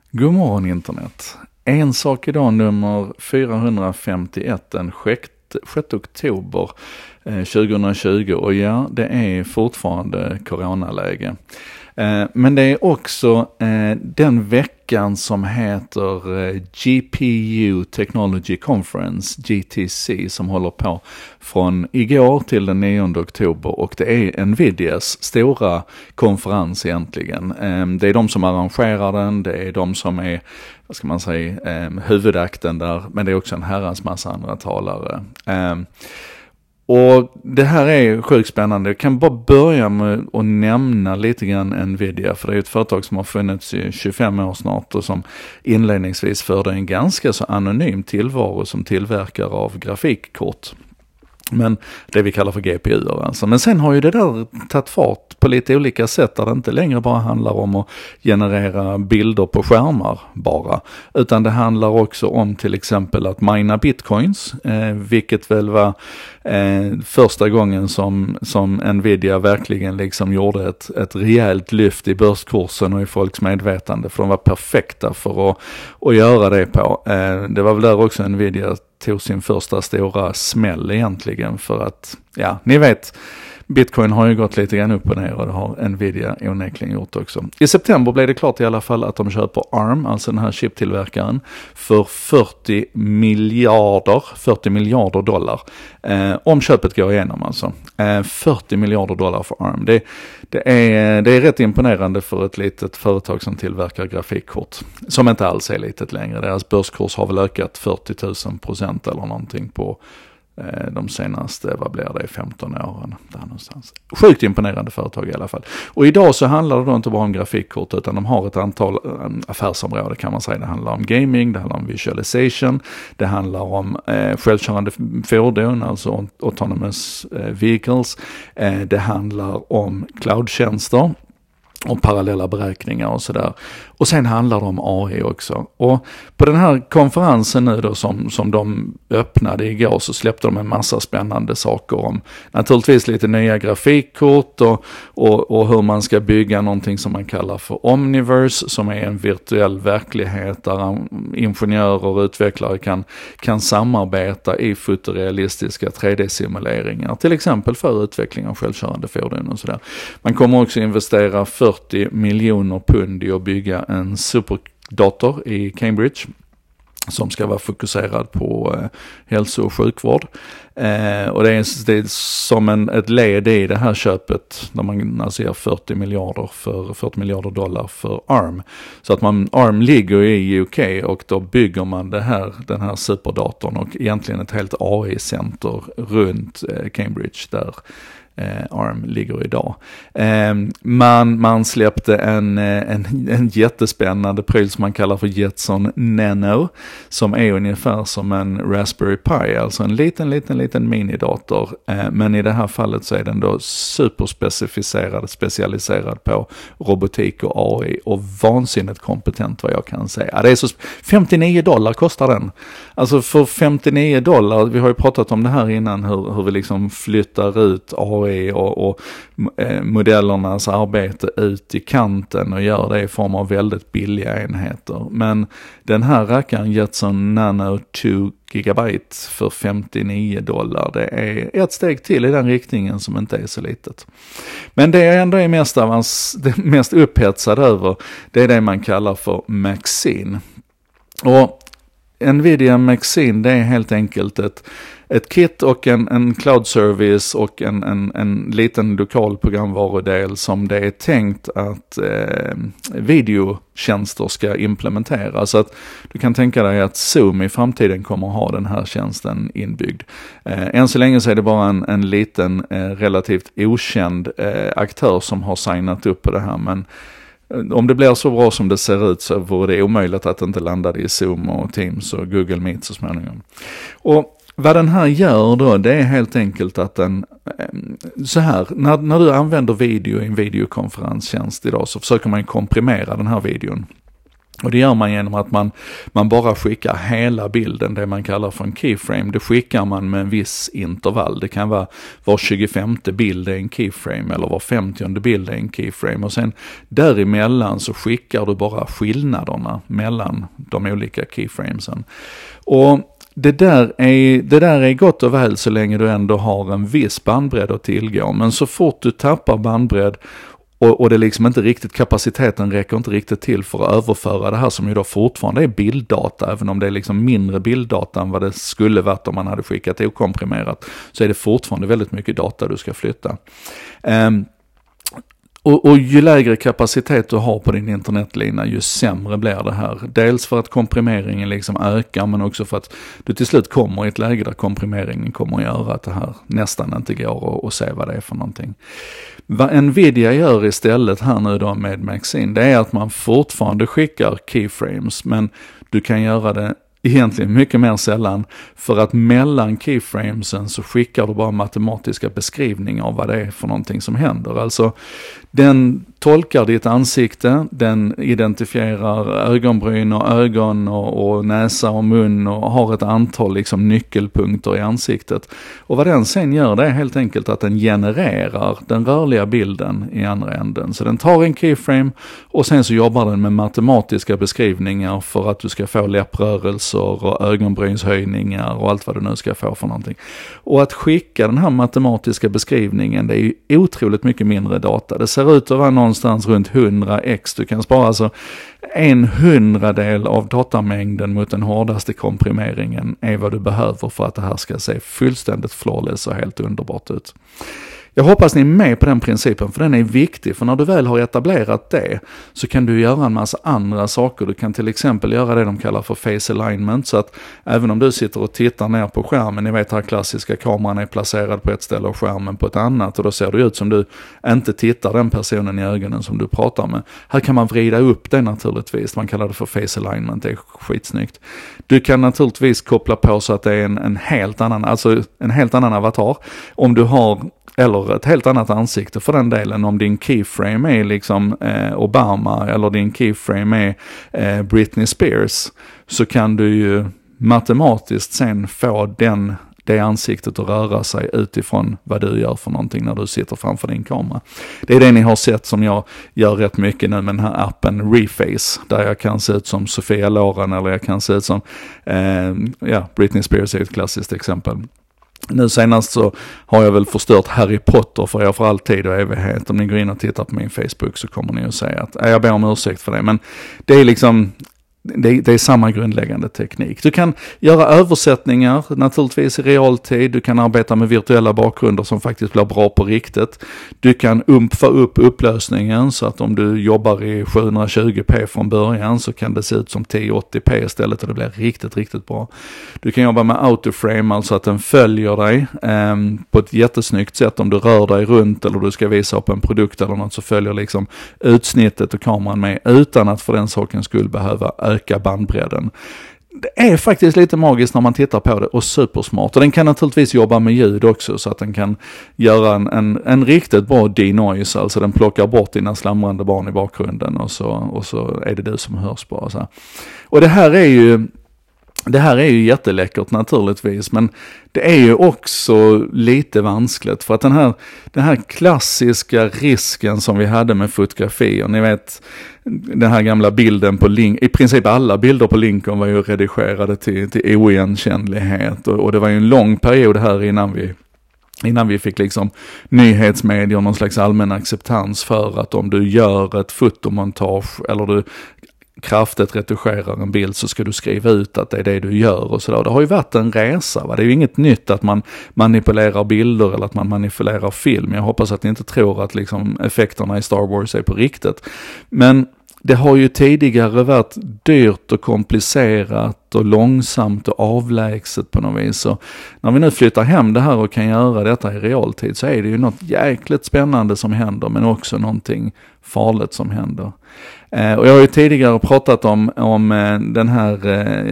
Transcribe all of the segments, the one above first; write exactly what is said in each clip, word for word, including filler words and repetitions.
God morgon internet. En sak idag nummer fyrahundrafemtioett den sjätte oktober tjugohundratjugo och ja, det är fortfarande coronaläge. Men det är också den veckan som heter G P U Technology Conference, G T C, som håller på från igår till den nionde oktober, och det är Nvidias stora konferens egentligen. Det är de som arrangerar den, det är de som är, vad ska man säga, huvudakten där, men det är också en herrans massa andra talare. Och det här är sjukt spännande. Jag kan bara börja med att nämna lite grann Nvidia, för det är ett företag som har funnits i tjugofem år snart och som inledningsvis förde en ganska så anonym tillvaro som tillverkare av grafikkort. Men det vi kallar för G P U alltså. Men sen har ju det där tagit fart på lite olika sätt, där det inte längre bara handlar om att generera bilder på skärmar bara, utan det handlar också om till exempel att mina bitcoins, eh, vilket väl var eh, första gången som, som Nvidia verkligen liksom gjorde ett, ett rejält lyft i börskursen och i folks medvetande, för de var perfekta för att, att göra det på. Eh, det var väl där också Nvidia tog sin första stora smäll egentligen, för att, ja, ni vet, Bitcoin har ju gått lite grann upp och ner, och det har Nvidia onekligen gjort också. I september blev det klart i alla fall att de köper A R M, alltså den här chiptillverkaren, för fyrtio miljarder dollar. Eh, om köpet går igenom alltså. Eh, fyrtio miljarder dollar för A R M. Det, det, är, det är rätt imponerande för ett litet företag som tillverkar grafikkort, som inte alls är litet längre. Deras börskurs har väl ökat fyrtio tusen procent eller någonting på de senaste, vad blir det, femton åren där någonstans. Sjukt imponerande företag i alla fall. Och idag så handlar det då inte bara om grafikkort, utan de har ett antal affärsområden kan man säga. Det handlar om gaming, det handlar om visualization, det handlar om eh, självkörande fordon, alltså autonomous eh, vehicles, eh, det handlar om cloudtjänster och parallella beräkningar och sådär. Och sen handlar det om A I också. Och på den här konferensen nu då som, som de öppnade igår, så släppte de en massa spännande saker om naturligtvis lite nya grafikkort och, och, och hur man ska bygga någonting som man kallar för Omniverse, som är en virtuell verklighet där ingenjörer och utvecklare kan, kan samarbeta i fotorealistiska tre D-simuleringar, till exempel för utveckling av självkörande fordon och sådär. Man kommer också investera fyrtio miljoner pund i att bygga en superdator i Cambridge som ska vara fokuserad på eh, hälso- och sjukvård. Eh, och det är, det är som en, ett led i det här köpet, när man alltså fyrtio miljarder för fyrtio miljarder dollar för A R M. Så att man, A R M ligger i U K, och då bygger man det här, den här superdatorn och egentligen ett helt A I-center runt eh, Cambridge där Eh, A R M ligger idag. Eh, man, man släppte en, en, en jättespännande pryl som man kallar för Jetson Nano, som är ungefär som en Raspberry Pi, alltså en liten, liten, liten minidator. Eh, men i det här fallet så är den då superspecificerad, specialiserad på robotik och A I, och vansinnigt kompetent vad jag kan säga. Det är så femtionio dollar kostar den. Alltså för femtionio dollar, vi har ju pratat om det här innan, hur, hur vi liksom flyttar ut A I och, och eh, modellernas arbete ut i kanten och gör det i form av väldigt billiga enheter. Men den här rackaren Jetson Nano två gigabyte för femtionio dollar, det är ett steg till i den riktningen som inte är så litet. Men det är ändå är mest, avans, det mest upphetsad över, det är det man kallar för Maxine. Och Nvidia Maxine, det är helt enkelt ett Ett kit och en, en cloud service och en, en, en liten lokal programvarudel som det är tänkt att eh, videotjänster ska implementera. Så att du kan tänka dig att Zoom i framtiden kommer att ha den här tjänsten inbyggd. Eh, än så länge så är det bara en, en liten eh, relativt okänd eh, aktör som har signat upp på det här, men om det blir så bra som det ser ut så vore det omöjligt att inte landa i Zoom och Teams och Google Meet så småningom. Och vad den här gör då, det är helt enkelt att den, så här, när, när du använder video i en videokonferenstjänst idag, så försöker man komprimera den här videon. Och det gör man genom att man, man bara skickar hela bilden, det man kallar för en keyframe. Det skickar man med en viss intervall. Det kan vara var tjugofemte bild är en keyframe eller var femtionde bild är en keyframe. Och sen däremellan så skickar du bara skillnaderna mellan de olika keyframesen. Och Det där, är, det där är gott och väl så länge du ändå har en viss bandbredd att tillgå. Men så fort du tappar bandbredd och, och det liksom inte riktigt, kapaciteten räcker inte riktigt till för att överföra det här som ju då fortfarande är bilddata, även om det är liksom mindre bilddata än vad det skulle varit om man hade skickat okomprimerat, så är det fortfarande väldigt mycket data du ska flytta. Um, Och, och ju lägre kapacitet du har på din internetlina, ju sämre blir det här. Dels för att komprimeringen liksom ökar, men också för att du till slut kommer i ett läge där komprimeringen kommer att göra att det här nästan inte går att se vad det är för någonting. Vad Nvidia gör istället här nu då med Maxine, det är att man fortfarande skickar keyframes, men du kan göra det egentligen mycket mer sällan, för att mellan keyframesen så skickar du bara matematiska beskrivningar av vad det är för någonting som händer. Alltså den tolkar ditt ansikte, den identifierar ögonbryn och ögon och, och näsa och mun och har ett antal liksom nyckelpunkter i ansiktet. Och vad den sen gör, det är helt enkelt att den genererar den rörliga bilden i andra änden. Så den tar en keyframe och sen så jobbar den med matematiska beskrivningar för att du ska få läpprörelser och ögonbrynshöjningar och allt vad du nu ska få för någonting. Och att skicka den här matematiska beskrivningen, det är ju otroligt mycket mindre data. Det ser ut att vara någonstans runt hundra x. Du kan spara alltså en hundradel av datamängden mot den hårdaste komprimeringen är vad du behöver för att det här ska se fullständigt flawless och helt underbart ut. Jag hoppas ni är med på den principen, för den är viktig, för när du väl har etablerat det så kan du göra en massa andra saker. Du kan till exempel göra det de kallar för face alignment, så att även om du sitter och tittar ner på skärmen, ni vet här klassiska, kameran är placerad på ett ställe och skärmen på ett annat, och då ser det ut som du inte tittar den personen i ögonen som du pratar med. Här kan man vrida upp det naturligtvis, man kallar det för face alignment, det är skitsnyggt. Du kan naturligtvis koppla på så att det är en, en helt annan, alltså en helt annan avatar. Om du har eller ett helt annat ansikte för den delen, om din keyframe är liksom eh, Obama eller din keyframe är eh, Britney Spears, så kan du ju matematiskt sen få den, det ansiktet att röra sig utifrån vad du gör för någonting när du sitter framför din kamera. Det är det ni har sett som jag gör rätt mycket nu med den här appen Reface, där jag kan se ut som Sofia Loren eller jag kan se ut som eh, ja, Britney Spears är ett klassiskt exempel. Nu senast så har jag väl förstört Harry Potter för jag för all tid och evighet. Om ni går in och tittar på min Facebook så kommer ni att säga att jag ber om ursäkt för det. Men det är liksom, det, det är samma grundläggande teknik. Du kan göra översättningar naturligtvis i realtid. Du kan arbeta med virtuella bakgrunder som faktiskt blir bra på riktigt. Du kan umpa upp upplösningen så att om du jobbar i sjuhundratjugo p från början så kan det se ut som tio åttio p istället och det blir riktigt, riktigt bra. Du kan jobba med autoframe, alltså att den följer dig eh, på ett jättesnyggt sätt. Om du rör dig runt eller du ska visa upp en produkt eller något så följer liksom utsnittet och kameran med utan att för den saken skulle behöva öka bandbredden. Det är faktiskt lite magiskt när man tittar på det och supersmart. Och den kan naturligtvis jobba med ljud också så att den kan göra en, en, en riktigt bra denoise. Alltså den plockar bort dina slamrande barn i bakgrunden och så, och så är det du som hörs bara. Så. Och det här är ju Det här är ju jätteläckert naturligtvis, men det är ju också lite vanskligt för att den här, den här klassiska risken som vi hade med fotografi, och ni vet den här gamla bilden på Lincoln, i princip alla bilder på Lincoln var ju redigerade till, till oigenkännlighet och, och det var ju en lång period här innan vi Innan vi fick liksom nyhetsmedier och någon slags allmän acceptans för att om du gör ett fotomontage eller du kraftigt retuscherar en bild så ska du skriva ut att det är det du gör och sådär. Det har ju varit en resa, va? Det är ju inget nytt att man manipulerar bilder eller att man manipulerar film. Jag hoppas att ni inte tror att liksom effekterna i Star Wars är på riktigt. Men det har ju tidigare varit dyrt och komplicerat och långsamt och avlägset på något vis. Så när vi nu flyttar hem det här och kan göra detta i realtid så är det ju något jäkligt spännande som händer, men också någonting farligt som händer. Eh, och jag har ju tidigare pratat om, om eh, den här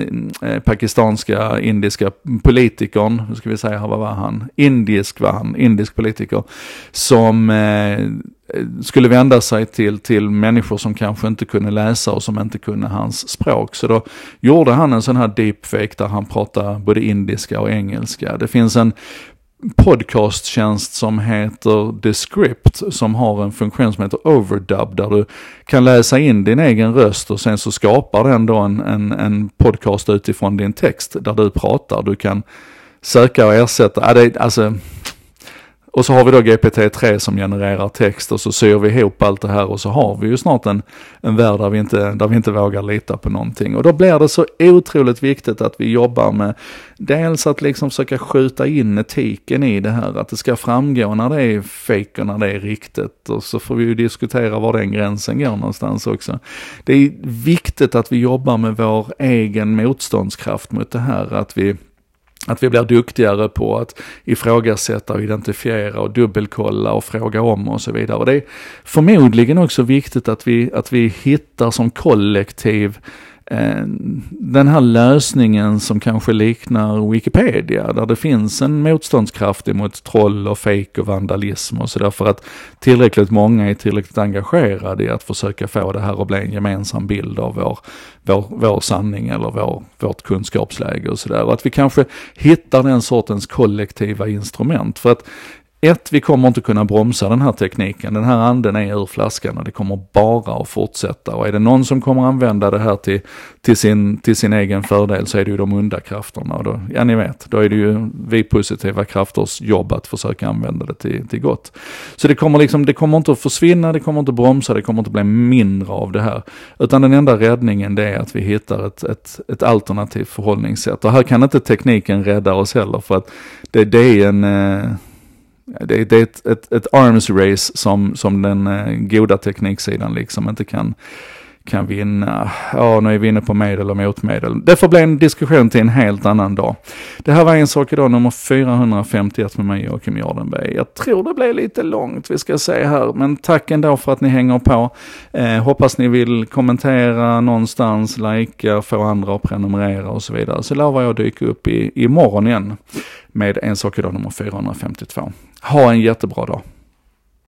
eh, pakistanska, indiska politikern, hur ska vi säga, vad var han? Indisk var han, indisk politiker, som eh, skulle vända sig till, till människor som kanske inte kunde läsa och som inte kunde hans språk. Så då gjorde han en sån här deepfake där han pratar både indiska och engelska. Det finns en podcasttjänst som heter The Script som har en funktion som heter Overdub där du kan läsa in din egen röst och sen så skapar den då en, en, en podcast utifrån din text där du pratar. Du kan söka och ersätta, ja, det, alltså, och så har vi då G P T tre som genererar text och så syr vi ihop allt det här och så har vi ju snart en, en värld där vi, inte, där vi inte vågar lita på någonting. Och då blir det så otroligt viktigt att vi jobbar med dels att liksom försöka skjuta in etiken i det här, att det ska framgå när det är fake och när det är riktigt, och så får vi ju diskutera var den gränsen går någonstans också. Det är viktigt att vi jobbar med vår egen motståndskraft mot det här, att vi Att vi blir duktigare på att ifrågasätta och identifiera och dubbelkolla och fråga om och så vidare. Och det är förmodligen också viktigt att vi, att vi hittar som kollektiv eh, den här lösningen som kanske liknar Wikipedia, där det finns en motståndskraft emot troll och fake och vandalism och sådär, för att tillräckligt många är tillräckligt engagerade i att försöka få det här att bli en gemensam bild av vår, vår, vår sanning eller vår, vårt kunskapsläge och sådär. Och att vi kanske hittar den sortens kollektiva instrument, för att ett, vi kommer inte kunna bromsa den här tekniken. Den här anden är ur flaskan och det kommer bara att fortsätta. Och är det någon som kommer använda det här till, till, sin, till sin egen fördel, så är det ju de onda krafterna. Och då, ja, ni vet, då är det ju vi positiva krafters jobb att försöka använda det till, till gott. Så det kommer, liksom, det kommer inte att försvinna, det kommer inte att bromsa, det kommer inte att bli mindre av det här. Utan den enda räddningen, det är att vi hittar ett, ett, ett alternativt förhållningssätt. Och här kan inte tekniken rädda oss heller, för att det, det är en... Eh, Det är, det är ett, ett, ett arms race som, som den eh, goda tekniksidan liksom inte kan, kan vinna. Ja, nu är vi inne på medel och motmedel. Det får bli en diskussion till en helt annan dag. Det här var En sak idag nummer fyrahundrafemtioett med mig, Joakim Jardenberg. Jag tror det blir lite långt, vi ska se här. Men tack ändå för att ni hänger på. Eh, hoppas ni vill kommentera någonstans, likea, få andra att prenumerera och så vidare. Så lovar jag dyka upp i, i morgon igen med En sak idag nummer fyrahundrafemtiotvå. Ha en jättebra dag.